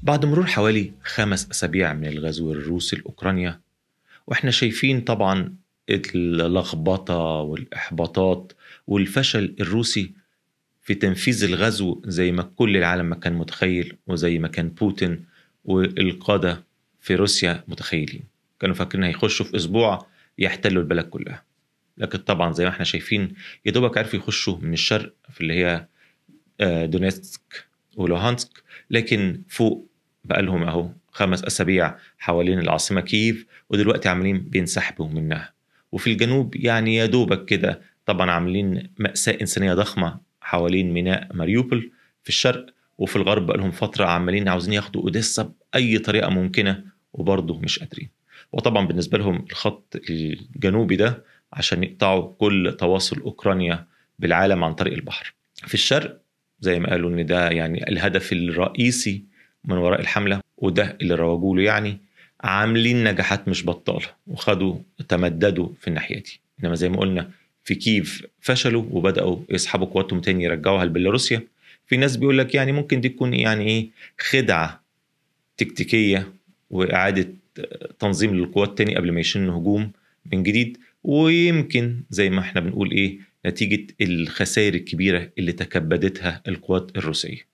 بعد مرور حوالي 5 أسابيع من الغزو الروسي لأوكرانيا، وإحنا شايفين طبعا اللخبطة والإحباطات والفشل الروسي في تنفيذ الغزو زي ما كل العالم ما كان متخيل، وزي ما كان بوتين والقادة في روسيا متخيلين. كانوا فاكرين هيخشوا في أسبوع يحتلوا البلد كلها، لكن طبعا زي ما احنا شايفين يا دوبك عرفوا يخشوا من الشرق في اللي هي دونيتسك ولوهانسك، لكن فوق بقى لهم اهو 5 أسابيع حوالين العاصمة كييف، ودلوقتي عاملين بينسحبوا منها. وفي الجنوب يعني يا دوبك كده طبعا عاملين مأساة إنسانية ضخمة حوالين ميناء ماريوبول في الشرق، وفي الغرب بقى لهم فترة عمالين عاوزين ياخدوا أوديسا بأي طريقة ممكنة، وبرضه مش قادرين. وطبعا بالنسبة لهم الخط الجنوبي ده عشان يقطعوا كل تواصل أوكرانيا بالعالم عن طريق البحر. في الشرق زي ما قالوا ان ده يعني الهدف الرئيسي من وراء الحملة، وده اللي روجوا له، يعني عاملين نجاحات مش بطالة وخدوا تمددوا في الناحية دي. انما زي ما قلنا في كييف فشلوا وبدأوا يسحبوا قواتهم تاني يرجعوها لبيلاروسيا. في ناس بيقول لك يعني ممكن دي تكون يعني ايه خدعة تكتيكية وإعادة تنظيم للقوات تاني قبل ما يشن هجوم من جديد، ويمكن زي ما احنا بنقول ايه نتيجة الخسائر الكبيرة اللي تكبدتها القوات الروسية.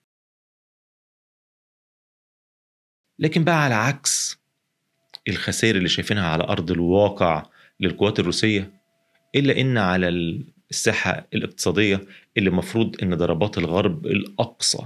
لكن بقى على عكس الخسائر اللي شايفينها على أرض الواقع للقوات الروسية، إلا إن على الساحة الاقتصادية اللي مفروض إن ضربات الغرب الأقصى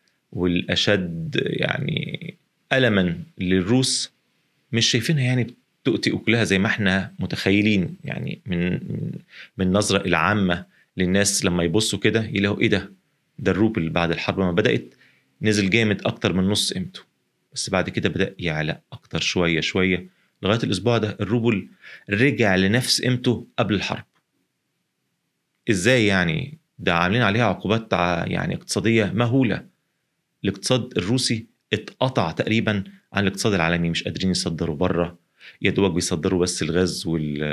والأشد يعني ألما للروس مش شايفينها يعني تؤتي أكلها زي ما احنا متخيلين. يعني من النظرة العامة للناس لما يبصوا كده يلاقوا ايه ده الروبل بعد الحرب ما بدأت نزل جامد أكتر من نص قيمته، بس بعد كده بدأ يعلى أكتر شوية شوية لغاية الأسبوع ده الروبل رجع لنفس قيمته قبل الحرب. إزاي يعني؟ ده عاملين عليها عقوبات يعني اقتصادية مهولة. الاقتصاد الروسي اتقطع تقريبا عن الاقتصاد العالمي، مش قادرين يصدروا بره، يا دوبك بيصدروا بس الغاز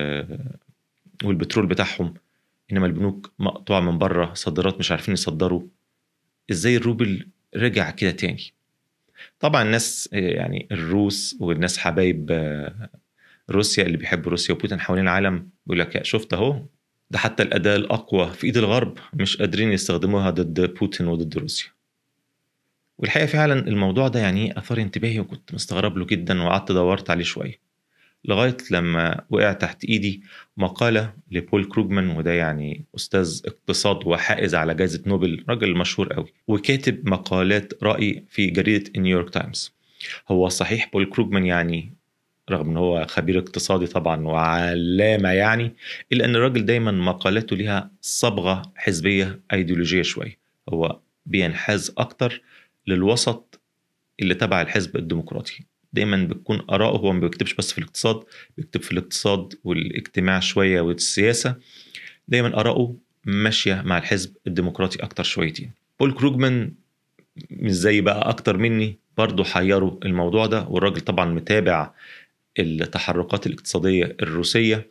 والبترول بتاعهم، انما البنوك مقطوعة من بره، صادرات مش عارفين يصدروا. ازاي الروبل رجع كده تاني؟ طبعا الناس يعني الروس والناس حبايب روسيا اللي بيحبوا روسيا وبوتين حوالين العالم بيقول لك يا شفت اهو، ده حتى الأداة الأقوى في إيد الغرب مش قادرين يستخدموها ضد بوتين وضد روسيا. والحقيقة فعلا الموضوع ده يعني أثار انتباهي وكنت مستغرب له جدا، وقعدت دورت عليه شوية لغاية لما وقع تحت إيدي مقالة لبول كروغمان، وده يعني أستاذ اقتصاد وحائز على جائزة نوبل، راجل مشهور قوي وكاتب مقالات رأي في جريدة نيويورك تايمز. هو صحيح بول كروغمان يعني رغم ان هو خبير اقتصادي طبعا وعلامة يعني، إلا أن الراجل دايما مقالاته لها صبغة حزبية أيديولوجية شوية. هو بينحاز أكتر للوسط اللي تبع الحزب الديمقراطي. دايما بتكون آراءه، هو ما بيكتبش بس في الاقتصاد، بيكتب في الاقتصاد والاجتماع شوية والسياسة، دايما آراءه ماشية مع الحزب الديمقراطي أكتر شويتين. بول كروغمان مش زي بقى أكتر مني برضو حيروا الموضوع ده، والراجل طبعا متابع التحركات الاقتصادية الروسية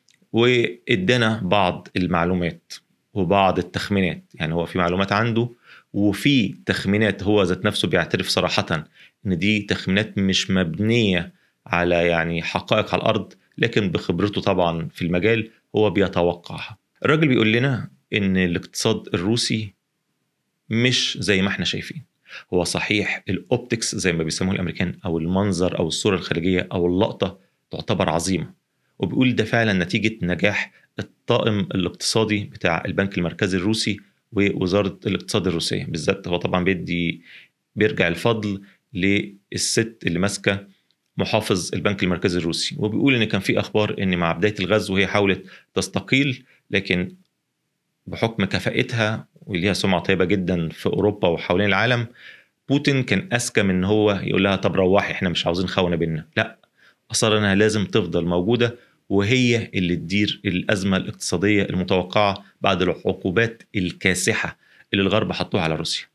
وإدانا بعض المعلومات وبعض التخمينات. يعني هو في معلومات عنده وفي تخمينات هو ذات نفسه بيعترف صراحة ان دي تخمينات مش مبنية على يعني حقائق على الارض، لكن بخبرته طبعا في المجال هو بيتوقعها. الراجل بيقول لنا ان الاقتصاد الروسي مش زي ما احنا شايفين. هو صحيح الاوبتكس زي ما بيسموه الامريكان او المنظر او الصورة الخارجية او اللقطة تعتبر عظيمة، وبيقول ده فعلا نتيجة نجاح الطاقم الاقتصادي بتاع البنك المركزي الروسي ووزارة الاقتصاد الروسية بالذات. هو طبعا بيرجع الفضل للست اللي ماسكة محافظ البنك المركزي الروسي، وبيقول ان كان في اخبار ان مع بداية الغزو هي حاولت تستقيل، لكن بحكم كفاءتها وليها سمعة طيبة جدا في اوروبا وحوالين العالم، بوتين كان اذكى من هو يقول لها طب روحي احنا مش عاوزين خونة بينا، لا، أصر أنها لازم تفضل موجودة وهي اللي تدير الأزمة الاقتصادية المتوقعة بعد العقوبات الكاسحة اللي الغرب حطوها على روسيا.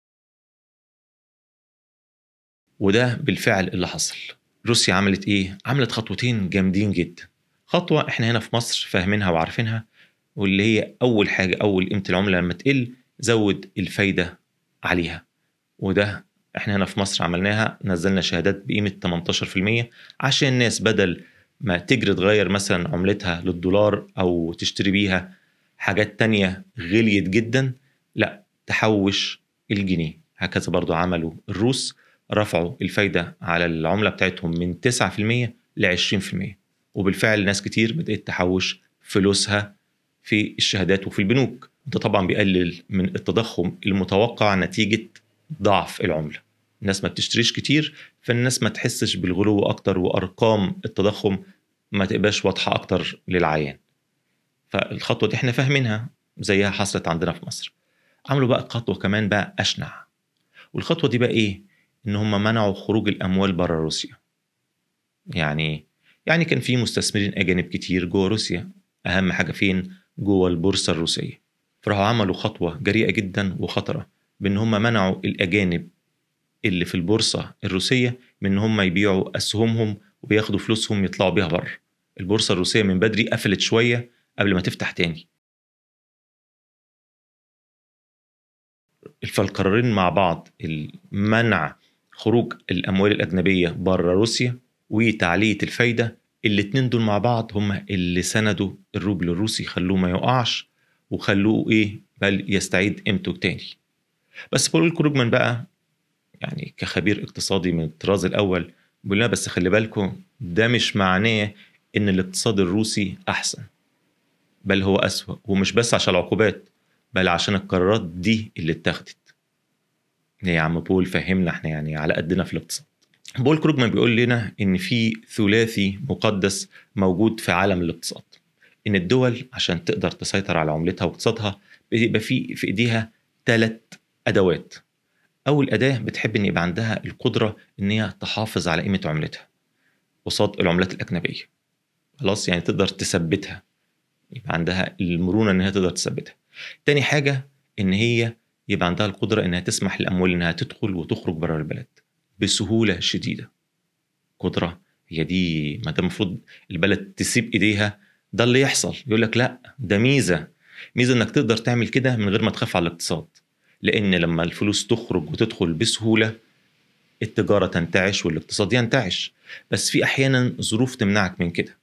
وده بالفعل اللي حصل. روسيا عملت إيه؟ عملت خطوتين جامدين جدا. خطوة إحنا هنا في مصر فاهمينها وعارفينها، واللي هي أول حاجة، أول قيمة العملة لما تقل زود الفايدة عليها، وده احنا هنا في مصر عملناها، نزلنا شهادات بقيمة 18% عشان الناس بدل ما تجري تغير مثلا عملتها للدولار أو تشتري بيها حاجات تانية غليت جدا، لا تحوش الجنيه. هكذا برضو عملوا الروس، رفعوا الفايدة على العملة بتاعتهم من 9% ل 20%، وبالفعل ناس كتير بدأت تحوش فلوسها في الشهادات وفي البنوك. ده طبعا بيقلل من التضخم المتوقع نتيجة ضعف العملة. الناس ما بتشتريش كتير، فالناس ما تحسش بالغلو أكتر، وأرقام التضخم ما تبقاش واضحة أكتر للعيان. فالخطوة دي احنا فاهمينها، زيها حصلت عندنا في مصر. عملوا بقى خطوة كمان بقى أشنع، والخطوة دي بقى إيه؟ إن هم منعوا خروج الأموال برا روسيا. يعني كان في مستثمرين أجانب كتير جوه روسيا، أهم حاجة فين؟ جوه البورصة الروسية. فراحوا عملوا خطوة جريئة جدا وخطرة، بأن هم منعوا الأجانب اللي في البورصة الروسية من هم يبيعوا أسهمهم وياخدوا فلوسهم يطلعوا بيها بره. البورصة الروسية من بدري قفلت شوية قبل ما تفتح تاني. فالقرارين مع بعض، المنع خروج الأموال الأجنبية بره روسيا وتعلية الفايدة، الاتنين دول مع بعض هم اللي سندوا الروبل الروسي، خلوه ما يقعش وخلوه بل يستعيد قيمته تاني. بس بول كروجمان بقى يعني كخبير اقتصادي من الطراز الأول بيقول لنا بس خلي بالكم، ده مش معناه إن الاقتصاد الروسي أحسن، بل هو أسوأ، ومش بس عشان العقوبات، بل عشان القرارات دي اللي اتخذت. يا عم بول فهمنا، احنا يعني على قدنا في الاقتصاد. بول كروجمان بيقول لنا إن في ثلاثي مقدس موجود في عالم الاقتصاد، إن الدول عشان تقدر تسيطر على عملتها واقتصادها بيبقى في إيديها 3 أدوات. أول أداة بتحب إن يبقى عندها القدرة إن هي تحافظ على قيمة عملتها قصاد العملات الأجنبية، خلاص يعني تقدر تثبتها، يبقى عندها المرونة إن هي تقدر تثبتها. تاني حاجة إن هي يبقى عندها القدرة إنها تسمح للأموال إنها تدخل وتخرج برا البلد بسهولة شديدة. قدرة هي دي، ما ده المفروض البلد تسيب إيديها ده اللي يحصل. يقول لك لا، ده ميزة إنك تقدر تعمل كده من غير ما تخاف على الاقتصاد، لأن لما الفلوس تخرج وتدخل بسهولة التجارة تنتعش والاقتصاد ينتعش. بس في أحيانا ظروف تمنعك من كده،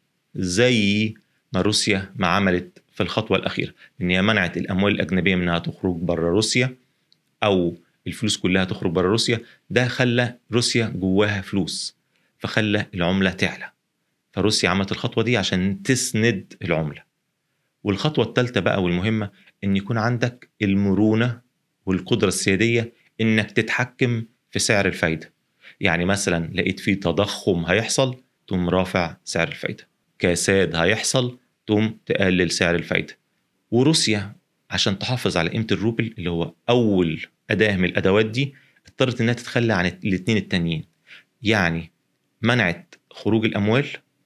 زي ما روسيا ما عملت في الخطوة الأخيرة، إن هي منعت الأموال الأجنبية منها تخرج برا روسيا، أو الفلوس كلها تخرج برا روسيا. ده خلى روسيا جواها فلوس، فخلى العملة تعلى. فروسيا عملت الخطوة دي عشان تسند العملة. والخطوة الثالثة بقى والمهمة، إن يكون عندك المرونة والقدرة السيادية إنك تتحكم في سعر الفايدة. يعني مثلا لقيت فيه تضخم هيحصل، تقوم رافع سعر الفايدة. كساد هيحصل، تقوم تقلل سعر الفايدة. وروسيا عشان تحافظ على قيمة الروبل اللي هو أول أداة من الأدوات دي، اضطرت إنها تتخلى عن الاثنين التانيين. يعني منعت خروج الأموال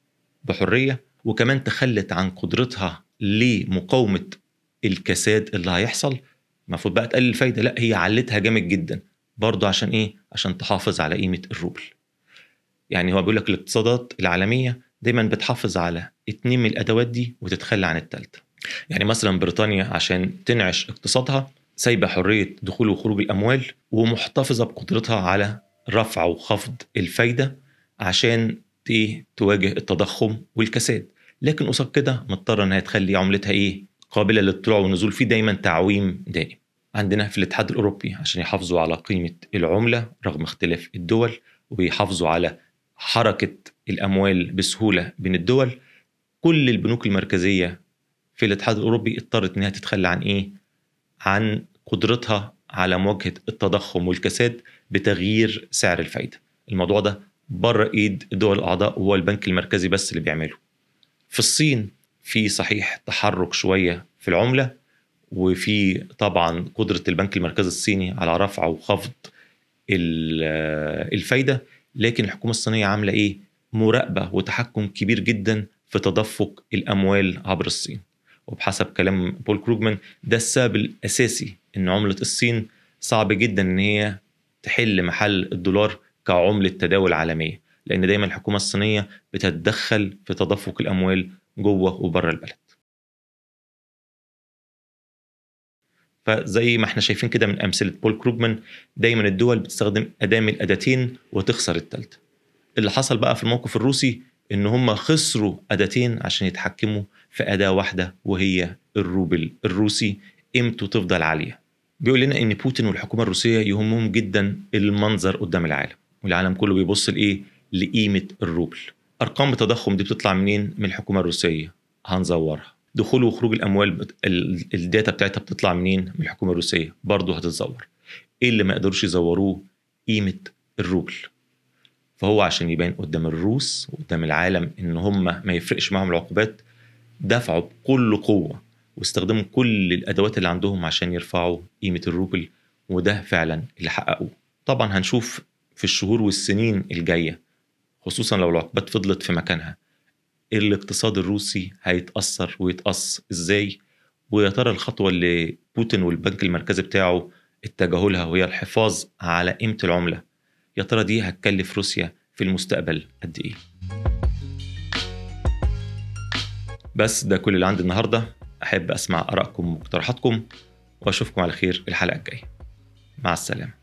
بحرية، وكمان تخلت عن قدرتها لمقاومة الكساد اللي هيحصل. المفروض بقى تقلل الفايدة، لا هي علتها جامد جدا برضو. عشان ايه؟ عشان تحافظ على قيمة الروبل. يعني هو بيقول لك الاقتصادات العالمية دايما بتحافظ على 2 من الأدوات دي وتتخلى عن الثالثة. يعني مثلا بريطانيا عشان تنعش اقتصادها سايبة حرية دخول وخروج الأموال، ومحتفظة بقدرتها على رفع وخفض الفايدة عشان تواجه التضخم والكساد. لكن قصاد كده مضطرة انها تخلي عملتها قابلة للطلوع والنزول، في دايما تعويم دائم. عندنا في الاتحاد الأوروبي عشان يحافظوا على قيمة العملة رغم اختلاف الدول، ويحافظوا على حركة الأموال بسهولة بين الدول، كل البنوك المركزية في الاتحاد الأوروبي اضطرت انها تتخلى عن قدرتها على مواجهة التضخم والكساد بتغيير سعر الفايدة. الموضوع ده بره ايد الدول الاعضاء، وهو البنك المركزي بس اللي بيعمله. في الصين في صحيح تحرك شوية في العملة، وفي طبعا قدرة البنك المركزي الصيني على رفع وخفض الفايدة، لكن الحكومة الصينية عاملة مراقبة وتحكم كبير جدا في تدفق الأموال عبر الصين. وبحسب كلام بول كروجمان ده السبب الأساسي إن عملة الصين صعب جدا إن هي تحل محل الدولار كعملة تداول عالمية، لأن دايما الحكومة الصينية بتتدخل في تدفق الأموال جوه وبره البلد. فزي ما احنا شايفين كده من أمثلة بول كروجمان، دايما الدول بتستخدم أداة من الأداتين وتخسر التالتة. اللي حصل بقى في الموقف الروسي إن هم خسروا أداتين عشان يتحكموا في أداة واحدة، وهي الروبل الروسي قيمته تفضل عالية. بيقول لنا إن بوتين والحكومة الروسية يهمهم جدا المنظر قدام العالم، والعالم كله بيبص لإيه؟ لقيمة الروبل. أرقام التضخم دي بتطلع منين؟ من الحكومة الروسية، هنزورها. دخول وخروج الأموال الداتا بتاعتها بتطلع منين؟ من الحكومة الروسية، برضو هتتزور. إيه اللي ما يقدروش يزوروه؟ قيمة الروبل. فهو عشان يبان قدام الروس وقدام العالم إن هم ما يفرقش معهم العقوبات، دفعوا بكل قوة واستخدموا كل الأدوات اللي عندهم عشان يرفعوا قيمة الروبل، وده فعلا اللي حققوه. طبعا هنشوف في الشهور والسنين الجاية، خصوصا لو العقوبات فضلت في مكانها، الاقتصاد الروسي هيتأثر ويتقص ازاي. ويا ترى الخطوة اللي بوتين والبنك المركزي بتاعه اتجهوا لها وهي الحفاظ على قيمة العملة، يا ترى دي هتكلف روسيا في المستقبل قد ايه؟ بس ده كل اللي عندي النهاردة. أحب أسمع آرائكم ومقترحاتكم، وأشوفكم على خير الحلقة الجاية. مع السلامة.